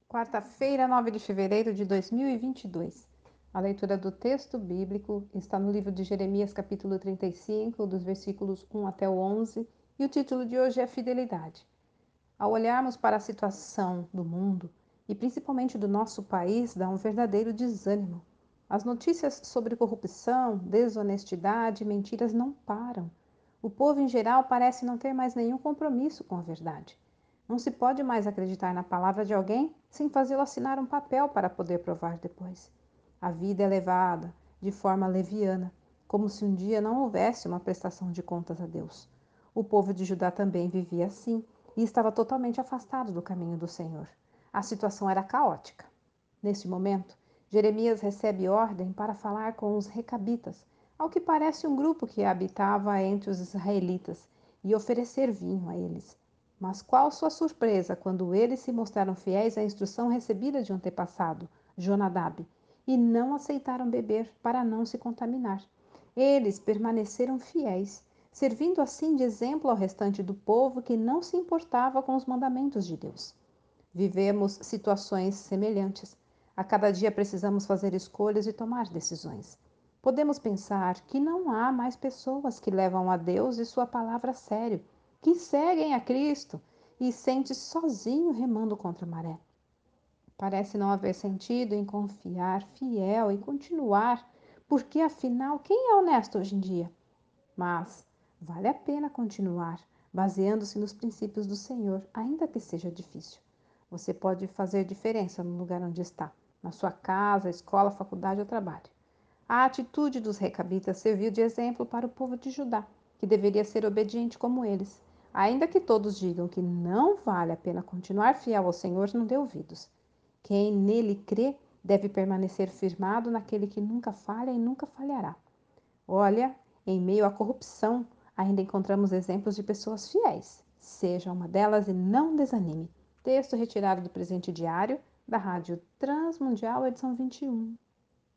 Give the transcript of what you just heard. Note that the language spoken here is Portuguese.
Quarta-feira, 9 de fevereiro de 2022. A leitura do texto bíblico está no livro de Jeremias, capítulo 35, dos versículos 1 até o 11, e o título de hoje é Fidelidade. Ao olharmos para a situação do mundo, e principalmente do nosso país, dá um verdadeiro desânimo. As notícias sobre corrupção, desonestidade e mentiras não param. O povo em geral parece não ter mais nenhum compromisso com a verdade. Não se pode mais acreditar na palavra de alguém sem fazê-lo assinar um papel para poder provar depois. A vida é levada de forma leviana, como se um dia não houvesse uma prestação de contas a Deus. O povo de Judá também vivia assim e estava totalmente afastado do caminho do Senhor. A situação era caótica. Neste momento, Jeremias recebe ordem para falar com os recabitas, ao que parece um grupo que habitava entre os israelitas, e oferecer vinho a eles. Mas qual sua surpresa quando eles se mostraram fiéis à instrução recebida de um antepassado, Jonadab, e não aceitaram beber para não se contaminar. Eles permaneceram fiéis, servindo assim de exemplo ao restante do povo que não se importava com os mandamentos de Deus. Vivemos situações semelhantes. A cada dia precisamos fazer escolhas e tomar decisões. Podemos pensar que não há mais pessoas que levam a Deus e sua palavra a sério, que seguem a Cristo e sente sozinho remando contra a maré. Parece não haver sentido em confiar, fiel e continuar, porque afinal, quem é honesto hoje em dia? Mas vale a pena continuar, baseando-se nos princípios do Senhor, ainda que seja difícil. Você pode fazer diferença no lugar onde está, na sua casa, escola, faculdade ou trabalho. A atitude dos recabitas serviu de exemplo para o povo de Judá, que deveria ser obediente como eles. Ainda que todos digam que não vale a pena continuar fiel ao Senhor, não dê ouvidos. Quem nele crê deve permanecer firmado naquele que nunca falha e nunca falhará. Olha, em meio à corrupção, ainda encontramos exemplos de pessoas fiéis. Seja uma delas e não desanime. Texto retirado do presente diário da Rádio Transmundial, edição 21.